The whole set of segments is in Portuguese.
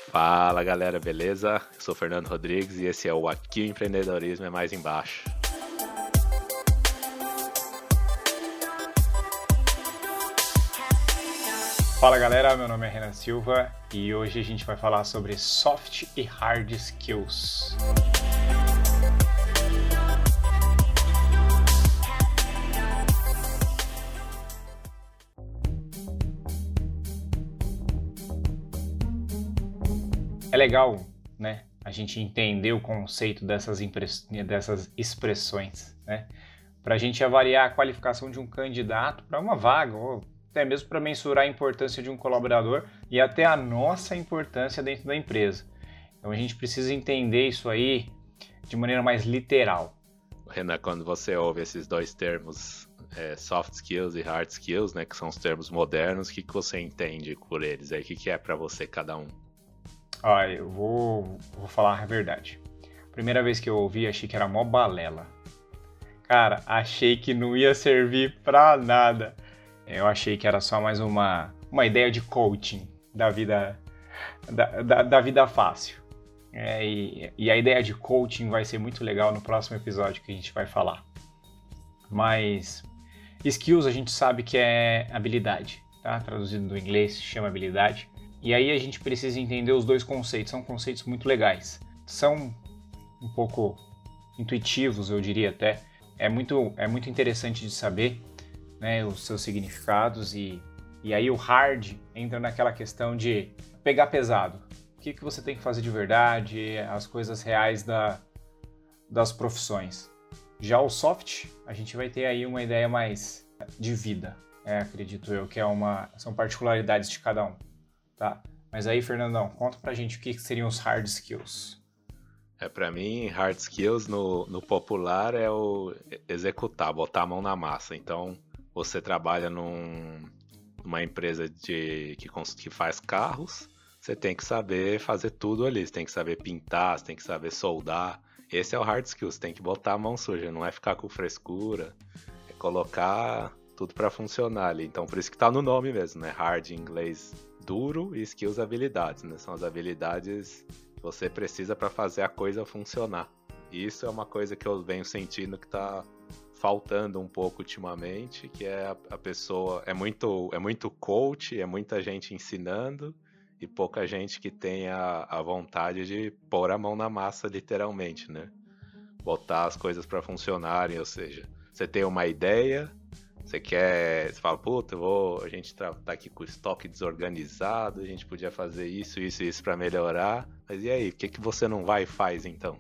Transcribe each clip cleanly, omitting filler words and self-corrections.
Fala galera, beleza? Eu sou o Fernando Rodrigues e esse é o Aqui o Empreendedorismo é Mais Embaixo. Fala galera, meu nome é Renan Silva e hoje a gente vai falar sobre soft e hard skills. É legal, né, a gente entender o conceito dessas expressões, né, para a gente avaliar a qualificação de um candidato para uma vaga ou até mesmo para mensurar a importância de um colaborador e até a nossa importância dentro da empresa. Então a gente precisa entender isso aí de maneira mais literal. Renan, quando você ouve esses dois termos, soft skills e hard skills, né, que são os termos modernos, o que você entende por eles? O que é para você cada um? Eu vou falar a verdade. Primeira vez que eu ouvi, achei que era mó balela. Cara, achei que não ia servir pra nada. Eu achei que era só mais uma ideia de coaching da vida, da vida fácil. E a ideia de coaching vai ser muito legal no próximo episódio que a gente vai falar. Mas skills a gente sabe que é habilidade, tá? Traduzido do inglês, chama habilidade. E aí a gente precisa entender os dois conceitos, são conceitos muito legais. São um pouco intuitivos, eu diria até. É muito interessante de saber, né, os seus significados e aí o hard entra naquela questão de pegar pesado. O que você tem que fazer de verdade, as coisas reais das profissões. Já o soft, a gente vai ter aí uma ideia mais de vida, acredito eu, que são particularidades de cada um. Tá? Mas aí, Fernandão, conta pra gente o que seriam os hard skills. Pra mim, hard skills no popular é o executar, botar a mão na massa. Então, você trabalha numa empresa que faz carros, você tem que saber fazer tudo ali. Você tem que saber pintar, você tem que saber soldar. Esse é o hard skills, você tem que botar a mão suja, não é ficar com frescura, é colocar tudo pra funcionar ali. Então, por isso que tá no nome mesmo, né? Hard em inglês duro e skills habilidades, né? São as habilidades que você precisa para fazer a coisa funcionar. E isso é uma coisa que eu venho sentindo que tá faltando um pouco ultimamente, que é a pessoa... É muito coach, é muita gente ensinando e pouca gente que tem a vontade de pôr a mão na massa, literalmente, né? Botar as coisas para funcionarem, ou seja, você tem uma ideia... Você fala, puta, a gente tá aqui com o estoque desorganizado, a gente podia fazer isso para melhorar. Mas e aí, o que você não vai e faz então?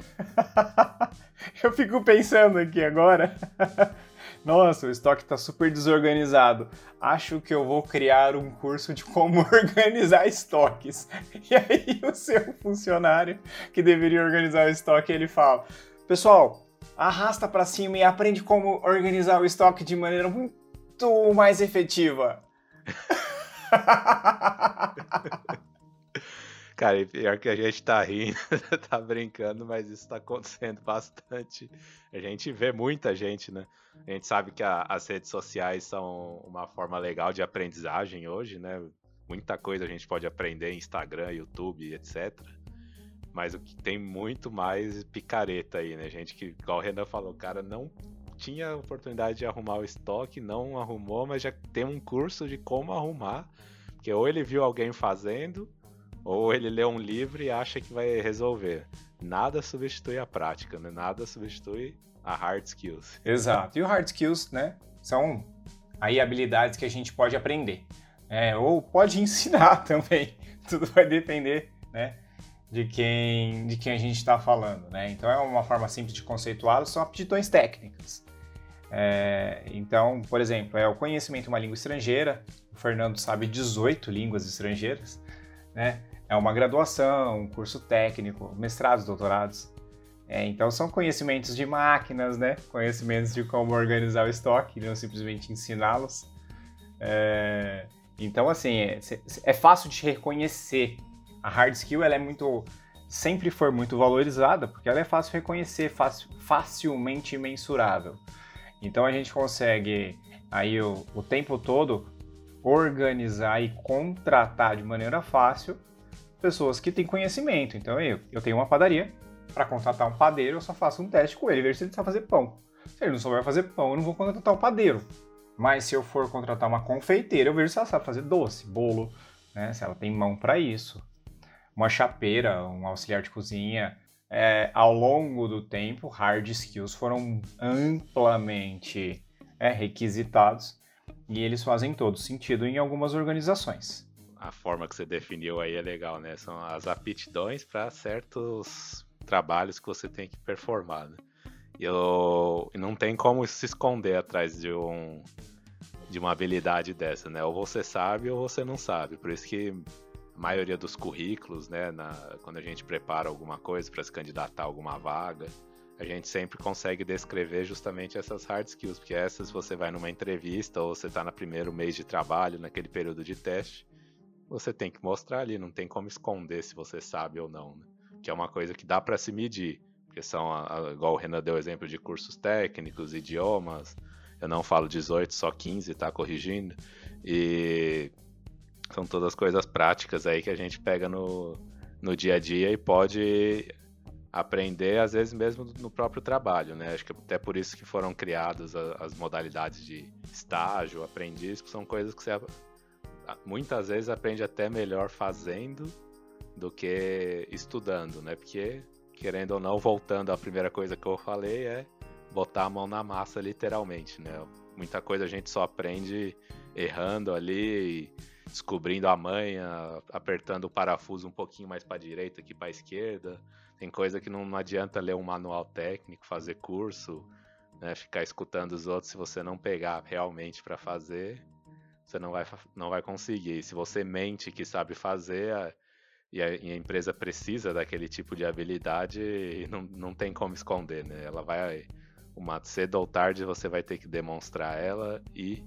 Eu fico pensando aqui agora. Nossa, o estoque tá super desorganizado. Acho que eu vou criar um curso de como organizar estoques. E aí o seu funcionário que deveria organizar o estoque, ele fala, pessoal, arrasta para cima e aprende como organizar o estoque de maneira muito mais efetiva. Cara, e pior que a gente tá rindo, tá brincando, mas isso tá acontecendo bastante. A gente vê muita gente, né? A gente sabe que as redes sociais são uma forma legal de aprendizagem hoje, né? Muita coisa a gente pode aprender em Instagram, YouTube, etc. Mas o que tem muito mais picareta aí, né? Gente que, igual o Renan falou, o cara não tinha oportunidade de arrumar o estoque, não arrumou, mas já tem um curso de como arrumar. Porque ou ele viu alguém fazendo, ou ele lê um livro e acha que vai resolver. Nada substitui a prática, né? Nada substitui a hard skills. Exato. E o hard skills, né? São aí habilidades que a gente pode aprender. Ou pode ensinar também. Tudo vai depender, né? De quem a gente está falando, né? Então é uma forma simples de conceituá-lo, são aptidões técnicas. Então, por exemplo, o conhecimento de uma língua estrangeira, o Fernando sabe 18 línguas estrangeiras, né? É uma graduação, um curso técnico, mestrados, doutorados. Então são conhecimentos de máquinas, né? Conhecimentos de como organizar o estoque, não simplesmente ensiná-los. Então, assim, é fácil de reconhecer. A hard skill, ela sempre foi muito valorizada, porque ela é fácil de reconhecer, facilmente mensurável. Então a gente consegue aí o tempo todo organizar e contratar de maneira fácil pessoas que têm conhecimento. Então eu tenho uma padaria, para contratar um padeiro eu só faço um teste com ele, ver se ele sabe fazer pão. Se ele não souber fazer pão, eu não vou contratar um padeiro. Mas se eu for contratar uma confeiteira, eu vejo se ela sabe fazer doce, bolo, né? Se ela tem mão para isso. Uma chapeira, um auxiliar de cozinha. Ao longo do tempo, hard skills foram amplamente requisitados e eles fazem todo sentido em algumas organizações. A forma que você definiu aí é legal, né? São as aptidões para certos trabalhos que você tem que performar, né? E não tem como se esconder atrás de uma habilidade dessa, né? Ou você sabe ou você não sabe. Por isso que a maioria dos currículos, né, quando a gente prepara alguma coisa para se candidatar a alguma vaga, a gente sempre consegue descrever justamente essas hard skills, porque essas você vai numa entrevista ou você está no primeiro mês de trabalho, naquele período de teste, você tem que mostrar ali, não tem como esconder se você sabe ou não, né? Que é uma coisa que dá para se medir, porque são, igual o Renan deu exemplo de cursos técnicos, idiomas, eu não falo 18, só 15, tá corrigindo, e são todas coisas práticas aí que a gente pega no dia a dia e pode aprender, às vezes mesmo no próprio trabalho, né? Acho que até por isso que foram criadas as modalidades de estágio, aprendiz, que são coisas que você muitas vezes aprende até melhor fazendo do que estudando, né? Porque, querendo ou não, voltando à primeira coisa que eu falei, é botar a mão na massa, literalmente, né? Muita coisa a gente só aprende errando ali, descobrindo a manha, apertando o parafuso um pouquinho mais para a direita que para a esquerda. Tem coisa que não adianta ler um manual técnico, fazer curso, né? Ficar escutando os outros. Se você não pegar realmente para fazer, você não vai conseguir. Se você mente que sabe fazer e a empresa precisa daquele tipo de habilidade, não tem como esconder, né? Ela vai, cedo ou tarde, você vai ter que demonstrar ela e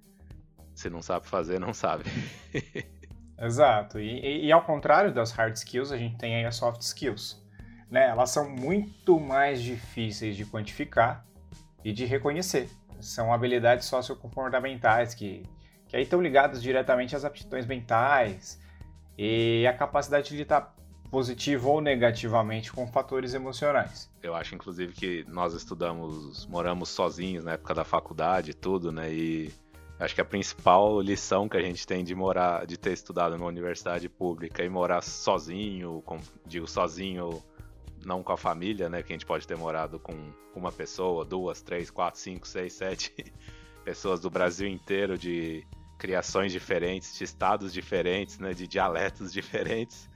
se não sabe fazer, não sabe. Exato. E ao contrário das hard skills, a gente tem aí as soft skills, né? Elas são muito mais difíceis de quantificar e de reconhecer. São habilidades sociocomportamentais que aí estão ligadas diretamente às aptidões mentais e a capacidade de lidar positivo ou negativamente com fatores emocionais. Eu acho, inclusive, que nós moramos sozinhos na época da faculdade e tudo, né? E acho que a principal lição que a gente tem de ter estudado numa universidade pública e morar sozinho, digo sozinho, não com a família, né? Que a gente pode ter morado com uma pessoa, 2, 3, 4, 5, 6, 7 pessoas do Brasil inteiro, de criações diferentes, de estados diferentes, né? De dialetos diferentes.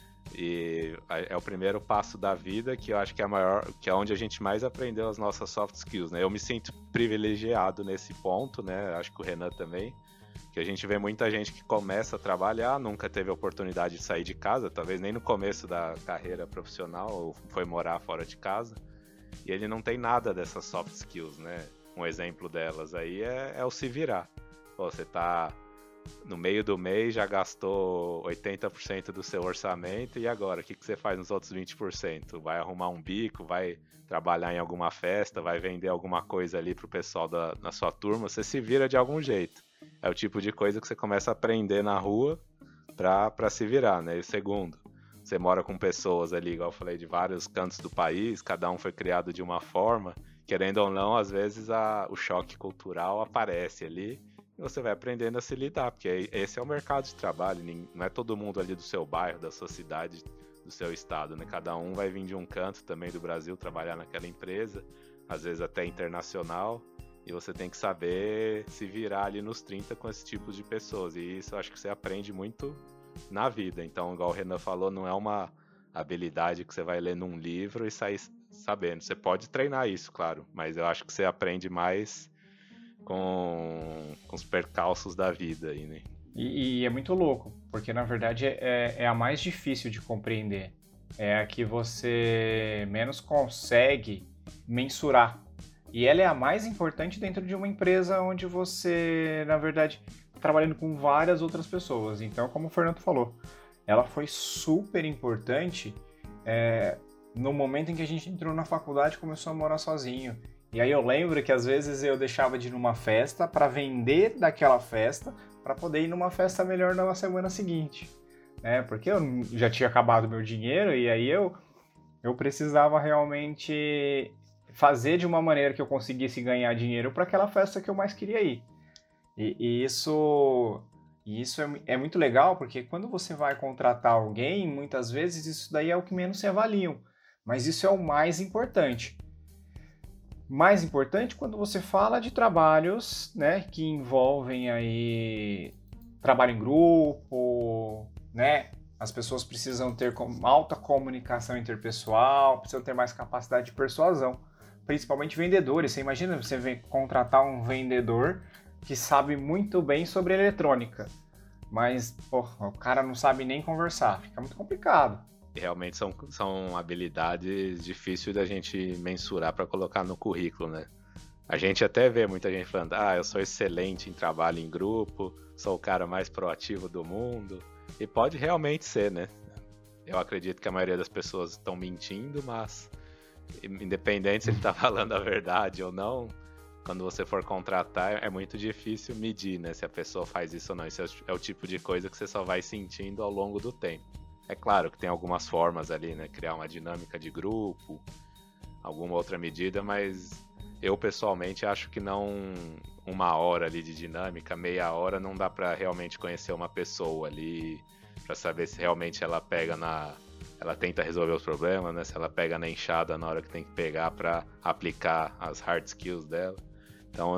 E é o primeiro passo da vida que eu acho que é que é onde a gente mais aprendeu as nossas soft skills, né? Eu me sinto privilegiado nesse ponto, né? Acho que o Renan também, que a gente vê muita gente que começa a trabalhar, nunca teve a oportunidade de sair de casa, talvez nem no começo da carreira profissional, ou foi morar fora de casa, e ele não tem nada dessas soft skills, né? Um exemplo delas aí é o se virar. Pô, você tá no meio do mês, já gastou 80% do seu orçamento, e agora? O que você faz nos outros 20%? Vai arrumar um bico, vai trabalhar em alguma festa, vai vender alguma coisa ali pro pessoal na sua turma, você se vira de algum jeito. É o tipo de coisa que você começa a aprender na rua pra se virar, né? E segundo, você mora com pessoas ali, igual eu falei, de vários cantos do país, cada um foi criado de uma forma, querendo ou não, às vezes o choque cultural aparece ali, e você vai aprendendo a se lidar, porque esse é o mercado de trabalho, não é todo mundo ali do seu bairro, da sua cidade, do seu estado, né? Cada um vai vir de um canto também do Brasil trabalhar naquela empresa, às vezes até internacional, e você tem que saber se virar ali nos 30 com esse tipo de pessoas, e isso eu acho que você aprende muito na vida. Então, igual o Renan falou, não é uma habilidade que você vai ler num livro e sair sabendo. Você pode treinar isso, claro, mas eu acho que você aprende mais com os percalços da vida aí, né? E é muito louco, porque na verdade é a mais difícil de compreender. É a que você menos consegue mensurar. E ela é a mais importante dentro de uma empresa onde você, na verdade, está trabalhando com várias outras pessoas. Então, como o Fernando falou, ela foi super importante no momento em que a gente entrou na faculdade e começou a morar sozinho. E aí eu lembro que às vezes eu deixava de ir numa festa para vender daquela festa para poder ir numa festa melhor na semana seguinte. né? Porque eu já tinha acabado meu dinheiro e aí eu precisava realmente fazer de uma maneira que eu conseguisse ganhar dinheiro para aquela festa que eu mais queria ir. E isso é muito legal, porque quando você vai contratar alguém, muitas vezes isso daí é o que menos se avaliam. Mas isso é o mais importante. Mais importante quando você fala de trabalhos, né, que envolvem aí trabalho em grupo, né? As pessoas precisam ter alta comunicação interpessoal, precisam ter mais capacidade de persuasão, principalmente vendedores. Você imagina você contratar um vendedor que sabe muito bem sobre eletrônica, mas pô, o cara não sabe nem conversar, fica muito complicado. Realmente são habilidades difíceis da gente mensurar para colocar no currículo, né? A gente até vê muita gente falando, eu sou excelente em trabalho em grupo, sou o cara mais proativo do mundo. E pode realmente ser, né? Eu acredito que a maioria das pessoas estão mentindo, mas independente se ele está falando a verdade ou não, quando você for contratar, é muito difícil medir, né? Se a pessoa faz isso ou não. Isso é o tipo de coisa que você só vai sentindo ao longo do tempo. É claro que tem algumas formas ali, né? Criar uma dinâmica de grupo, alguma outra medida, mas eu pessoalmente acho que não 1 hora ali de dinâmica, meia hora, não dá pra realmente conhecer uma pessoa ali, pra saber se realmente ela ela tenta resolver os problemas, né? Se ela pega na enxada na hora que tem que pegar pra aplicar as hard skills dela. Então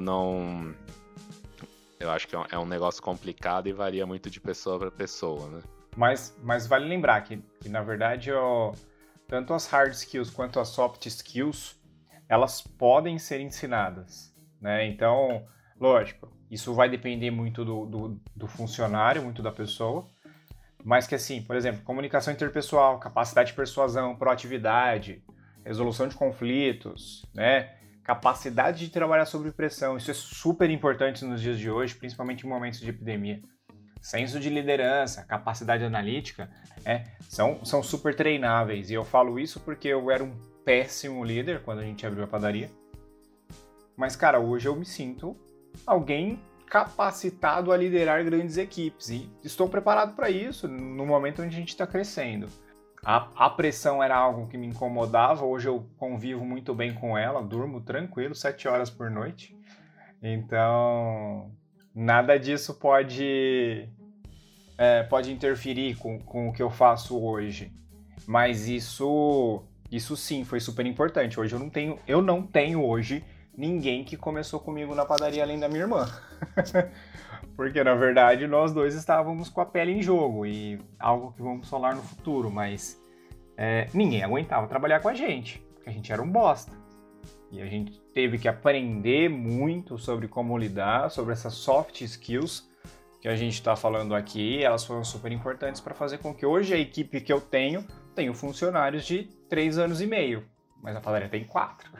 eu acho que é um negócio complicado e varia muito de pessoa pra pessoa, né? Mas vale lembrar que na verdade, tanto as hard skills quanto as soft skills, elas podem ser ensinadas, né? Então, lógico, isso vai depender muito do funcionário, muito da pessoa, mas que assim, por exemplo, comunicação interpessoal, capacidade de persuasão, proatividade, resolução de conflitos, né? Capacidade de trabalhar sob pressão, isso é super importante nos dias de hoje, principalmente em momentos de epidemia. Senso de liderança, capacidade analítica, são super treináveis. E eu falo isso porque eu era um péssimo líder quando a gente abriu a padaria. Mas, cara, hoje eu me sinto alguém capacitado a liderar grandes equipes. E estou preparado para isso no momento onde a gente está crescendo. A pressão era algo que me incomodava. Hoje eu convivo muito bem com ela, durmo tranquilo, 7 horas por noite. Então, nada disso pode interferir com o que eu faço hoje. Mas isso sim foi super importante. Hoje eu não tenho hoje ninguém que começou comigo na padaria além da minha irmã. Porque na verdade nós dois estávamos com a pele em jogo e algo que vamos falar no futuro, mas ninguém aguentava trabalhar com a gente, porque a gente era um bosta. E a gente teve que aprender muito sobre como lidar, sobre essas soft skills que a gente está falando aqui. Elas foram super importantes para fazer com que hoje a equipe que eu tenho funcionários de 3 anos e meio, mas a padaria tem 4.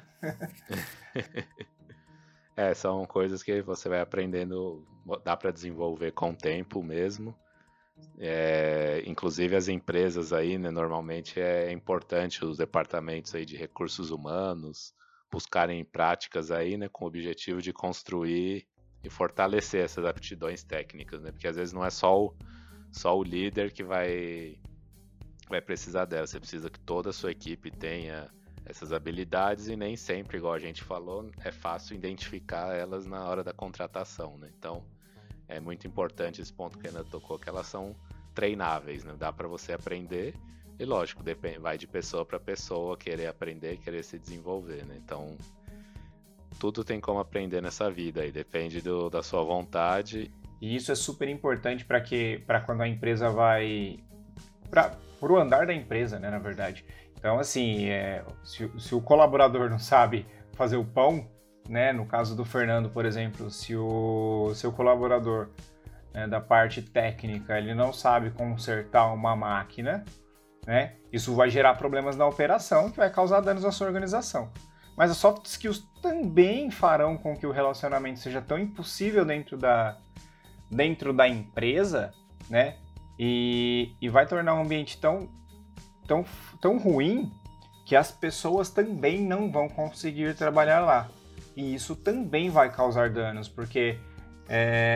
São coisas que você vai aprendendo, dá para desenvolver com o tempo mesmo. Inclusive as empresas aí, né, normalmente é importante os departamentos aí de recursos humanos buscarem práticas aí, né, com o objetivo de construir e fortalecer essas aptidões técnicas, né? Porque às vezes não é só o líder que vai precisar delas, você precisa que toda a sua equipe tenha essas habilidades e nem sempre, igual a gente falou, é fácil identificar elas na hora da contratação, né? Então, é muito importante esse ponto que a Ana tocou, que elas são treináveis, né? Dá para você aprender e, lógico, vai de pessoa para pessoa querer aprender, querer se desenvolver, né? Então, tudo tem como aprender nessa vida aí, depende da sua vontade. E isso é super importante para quando a empresa vai... para o andar da empresa, né, na verdade. Então, assim, se o colaborador não sabe fazer o pão, né, no caso do Fernando, por exemplo, se o seu colaborador, né, da parte técnica, ele não sabe consertar uma máquina, né, isso vai gerar problemas na operação, que vai causar danos à sua organização. Mas as soft skills também farão com que o relacionamento seja tão impossível dentro da empresa, né? E vai tornar um ambiente tão ruim que as pessoas também não vão conseguir trabalhar lá. E isso também vai causar danos, porque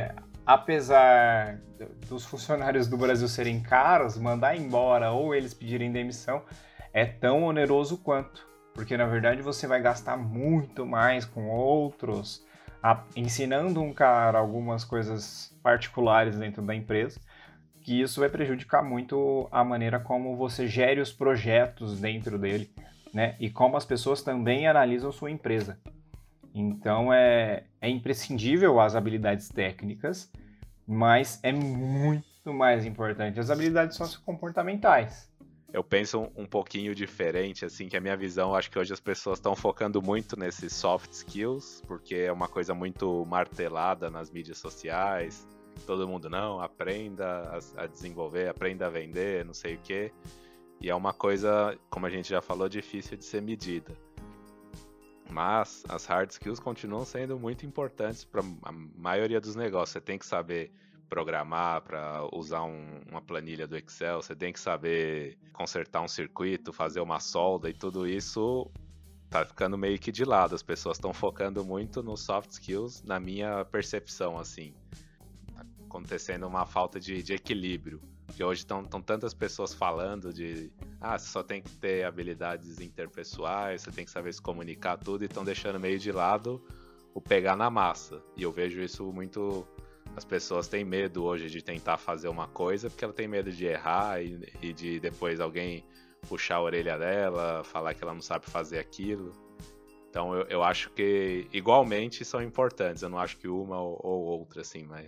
apesar dos funcionários do Brasil serem caros, mandar embora ou eles pedirem demissão é tão oneroso quanto. Porque, na verdade, você vai gastar muito mais com outros, ensinando um cara algumas coisas particulares dentro da empresa, que isso vai prejudicar muito a maneira como você gere os projetos dentro dele, né? E como as pessoas também analisam sua empresa. Então, é imprescindível as habilidades técnicas, mas é muito mais importante as habilidades sociocomportamentais. Eu penso um pouquinho diferente, assim, que a minha visão, acho que hoje as pessoas estão focando muito nesses soft skills, porque é uma coisa muito martelada nas mídias sociais. Todo mundo, não, aprenda a desenvolver, aprenda a vender, não sei o quê. E é uma coisa, como a gente já falou, difícil de ser medida. Mas as hard skills continuam sendo muito importantes para a maioria dos negócios. Você tem que saber programar para usar uma planilha do Excel, você tem que saber consertar um circuito, fazer uma solda, e tudo isso tá ficando meio que de lado. As pessoas estão focando muito nos soft skills, na minha percepção, assim. Tá acontecendo uma falta de equilíbrio. Porque hoje estão tantas pessoas falando de você só tem que ter habilidades interpessoais, você tem que saber se comunicar, tudo, e estão deixando meio de lado o pegar na massa. E eu vejo isso muito. As pessoas têm medo hoje de tentar fazer uma coisa porque ela tem medo de errar e de depois alguém puxar a orelha dela, falar que ela não sabe fazer aquilo. Então eu acho que igualmente são importantes. Eu não acho que uma ou outra, assim, mas...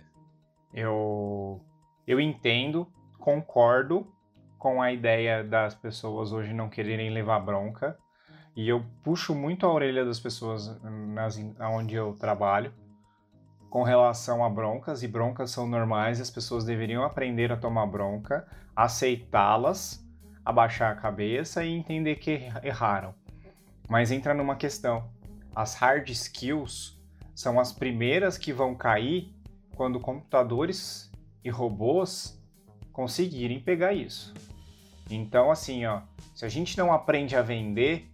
Eu entendo, concordo com a ideia das pessoas hoje não quererem levar bronca. E eu puxo muito a orelha das pessoas onde eu trabalho com relação a broncas, e broncas são normais, as pessoas deveriam aprender a tomar bronca, aceitá-las, abaixar a cabeça e entender que erraram. Mas entra numa questão, as hard skills são as primeiras que vão cair quando computadores e robôs conseguirem pegar isso. Então, assim, se a gente não aprende a vender,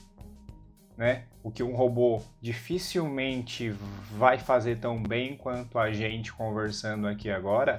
né, o que um robô dificilmente vai fazer tão bem quanto a gente conversando aqui agora,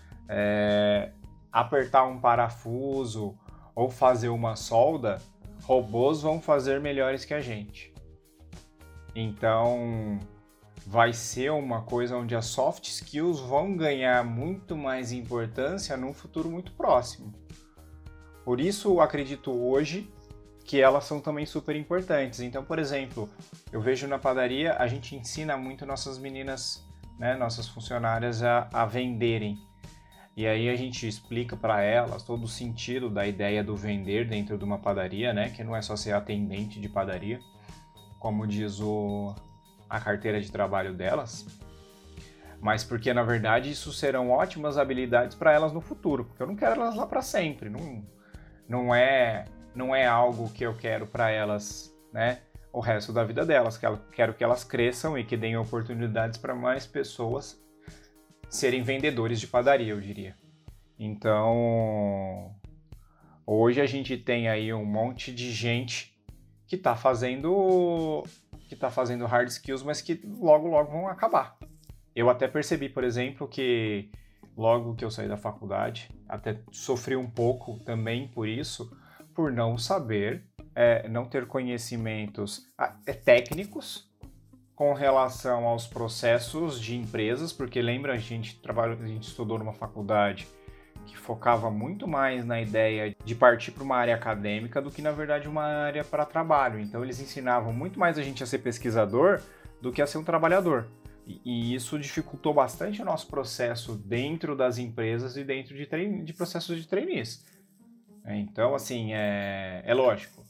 apertar um parafuso ou fazer uma solda, robôs vão fazer melhores que a gente. Então, vai ser uma coisa onde as soft skills vão ganhar muito mais importância num futuro muito próximo. Por isso, acredito hoje que elas são também super importantes. Então, por exemplo, eu vejo na padaria, a gente ensina muito nossas meninas, né, nossas funcionárias a venderem. E aí a gente explica para elas todo o sentido da ideia do vender dentro de uma padaria, né, que não é só ser atendente de padaria, como diz a carteira de trabalho delas, mas porque, na verdade, isso serão ótimas habilidades para elas no futuro, porque eu não quero elas lá para sempre, não é algo que eu quero para elas, né, o resto da vida delas. Quero que elas cresçam e que deem oportunidades para mais pessoas serem vendedores de padaria, eu diria. Então, hoje a gente tem aí um monte de gente que está fazendo hard skills, mas que logo vão acabar. Eu até percebi, por exemplo, que logo que eu saí da faculdade, até sofri um pouco também por isso, por não saber, não ter conhecimentos técnicos com relação aos processos de empresas, porque lembra, a gente estudou numa faculdade que focava muito mais na ideia de partir para uma área acadêmica do que, na verdade, uma área para trabalho. Então, eles ensinavam muito mais a gente a ser pesquisador do que a ser um trabalhador. E isso dificultou bastante o nosso processo dentro das empresas e dentro de processos de trainees. Então, assim, é lógico.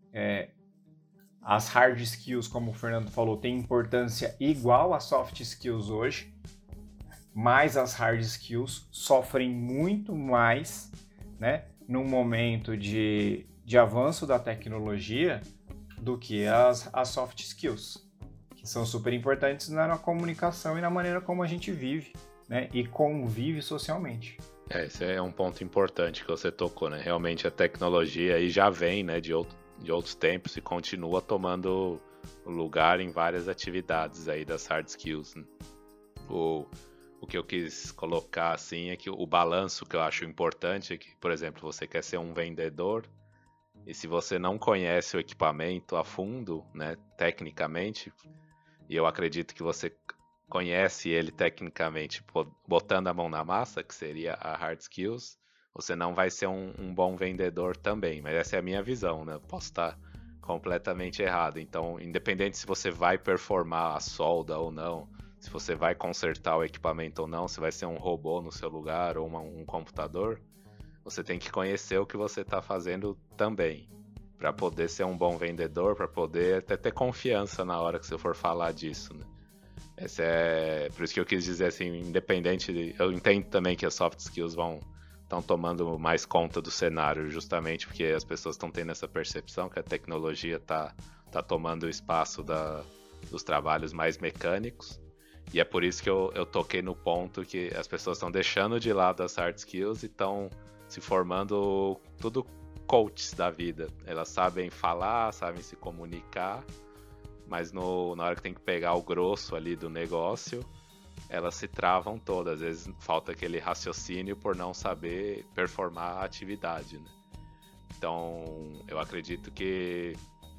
As hard skills, como o Fernando falou, têm importância igual às soft skills hoje, mas as hard skills sofrem muito mais, né, num momento de avanço da tecnologia do que as soft skills, que são super importantes na comunicação e na maneira como a gente vive, né, e convive socialmente. Esse é um ponto importante que você tocou, né? Realmente a tecnologia aí já vem, né, de outros tempos e continua tomando lugar em várias atividades aí das hard skills, né? O que eu quis colocar assim é que o balanço que eu acho importante é que, por exemplo, você quer ser um vendedor e se você não conhece o equipamento a fundo, né, tecnicamente, e eu acredito que você conhece ele tecnicamente botando a mão na massa, que seria a hard skills, você não vai ser um bom vendedor também, mas essa é a minha visão, né? Eu posso estar completamente errado. Então, independente se você vai performar a solda ou não, se você vai consertar o equipamento ou não, se vai ser um robô no seu lugar ou um computador, você tem que conhecer o que você está fazendo também, para poder ser um bom vendedor, para poder até ter confiança na hora que você for falar disso, né? Essa é por isso que eu quis dizer assim, eu entendo também que as soft skills estão tomando mais conta do cenário, justamente porque as pessoas estão tendo essa percepção que a tecnologia está tomando o espaço dos trabalhos mais mecânicos. E é por isso que eu toquei no ponto que as pessoas estão deixando de lado as hard skills e estão se formando tudo coaches da vida. Elas sabem falar, sabem se comunicar, mas na hora que tem que pegar o grosso ali do negócio, elas se travam todas. Às vezes falta aquele raciocínio por não saber performar a atividade, né? Então, eu acredito que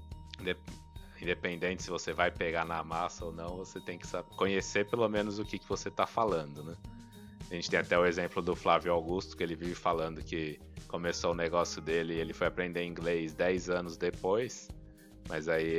independente se você vai pegar na massa ou não, você tem que conhecer pelo menos o que você está falando, né? A gente tem até o exemplo do Flávio Augusto, que ele vive falando que começou o negócio dele e ele foi aprender inglês 10 anos depois, mas aí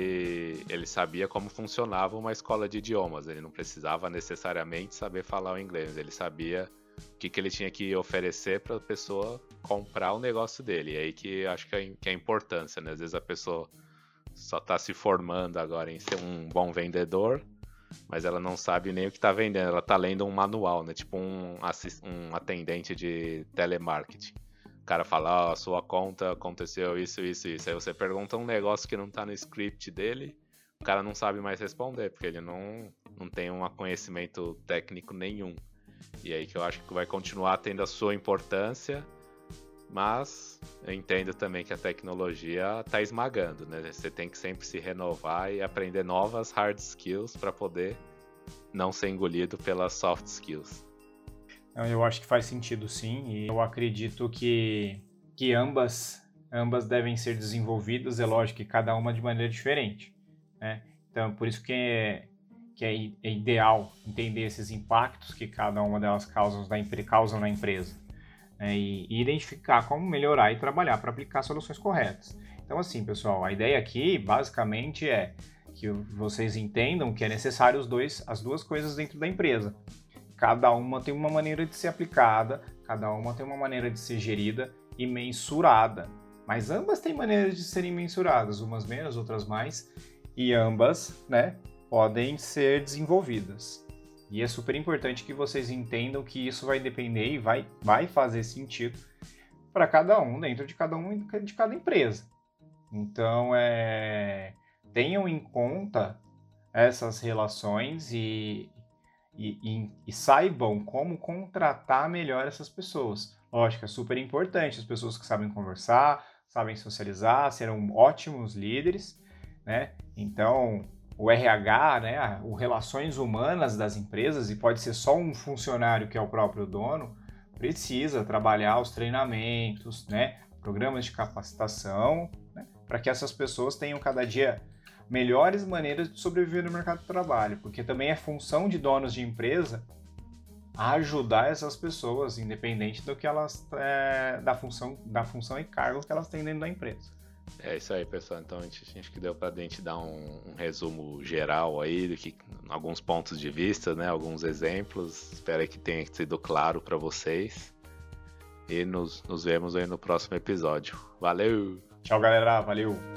ele sabia como funcionava uma escola de idiomas, ele não precisava necessariamente saber falar o inglês, mas ele sabia o que ele tinha que oferecer para a pessoa comprar o negócio dele. E aí que acho que é a importância, né? Às vezes a pessoa só está se formando agora em ser um bom vendedor, mas ela não sabe nem o que está vendendo, ela está lendo um manual, né? Tipo um atendente de telemarketing. O cara fala, a sua conta aconteceu isso. Aí você pergunta um negócio que não está no script dele, o cara não sabe mais responder, porque ele não tem um conhecimento técnico nenhum. E aí que eu acho que vai continuar tendo a sua importância, mas eu entendo também que a tecnologia está esmagando, né? Você tem que sempre se renovar e aprender novas hard skills para poder não ser engolido pelas soft skills. Eu acho que faz sentido, sim, e eu acredito que ambas devem ser desenvolvidas, é lógico que cada uma de maneira diferente, né? Então, por isso que é ideal entender esses impactos que cada uma delas causam na empresa, né? E identificar como melhorar e trabalhar para aplicar soluções corretas. Então, assim, pessoal, a ideia aqui, basicamente, é que vocês entendam que é necessário as duas coisas dentro da empresa. Cada uma tem uma maneira de ser aplicada, cada uma tem uma maneira de ser gerida e mensurada. Mas ambas têm maneiras de serem mensuradas, umas menos, outras mais, e ambas, né, podem ser desenvolvidas. E é super importante que vocês entendam que isso vai depender e vai fazer sentido para cada um, dentro de cada empresa. Então, tenham em conta essas relações e saibam como contratar melhor essas pessoas. Lógico, é super importante, as pessoas que sabem conversar, sabem socializar, serão ótimos líderes, né? Então, o RH, né, o relações humanas das empresas, e pode ser só um funcionário que é o próprio dono, precisa trabalhar os treinamentos, né, programas de capacitação, né, para que essas pessoas tenham cada dia melhores maneiras de sobreviver no mercado de trabalho, porque também é função de donos de empresa ajudar essas pessoas, independente do que elas da função e cargo que elas têm dentro da empresa. É isso aí, pessoal. Então acho que deu pra gente dar um resumo geral aí do que alguns pontos de vista, né? Alguns exemplos. Espero que tenha sido claro para vocês. E nos vemos aí no próximo episódio. Valeu! Tchau, galera. Valeu!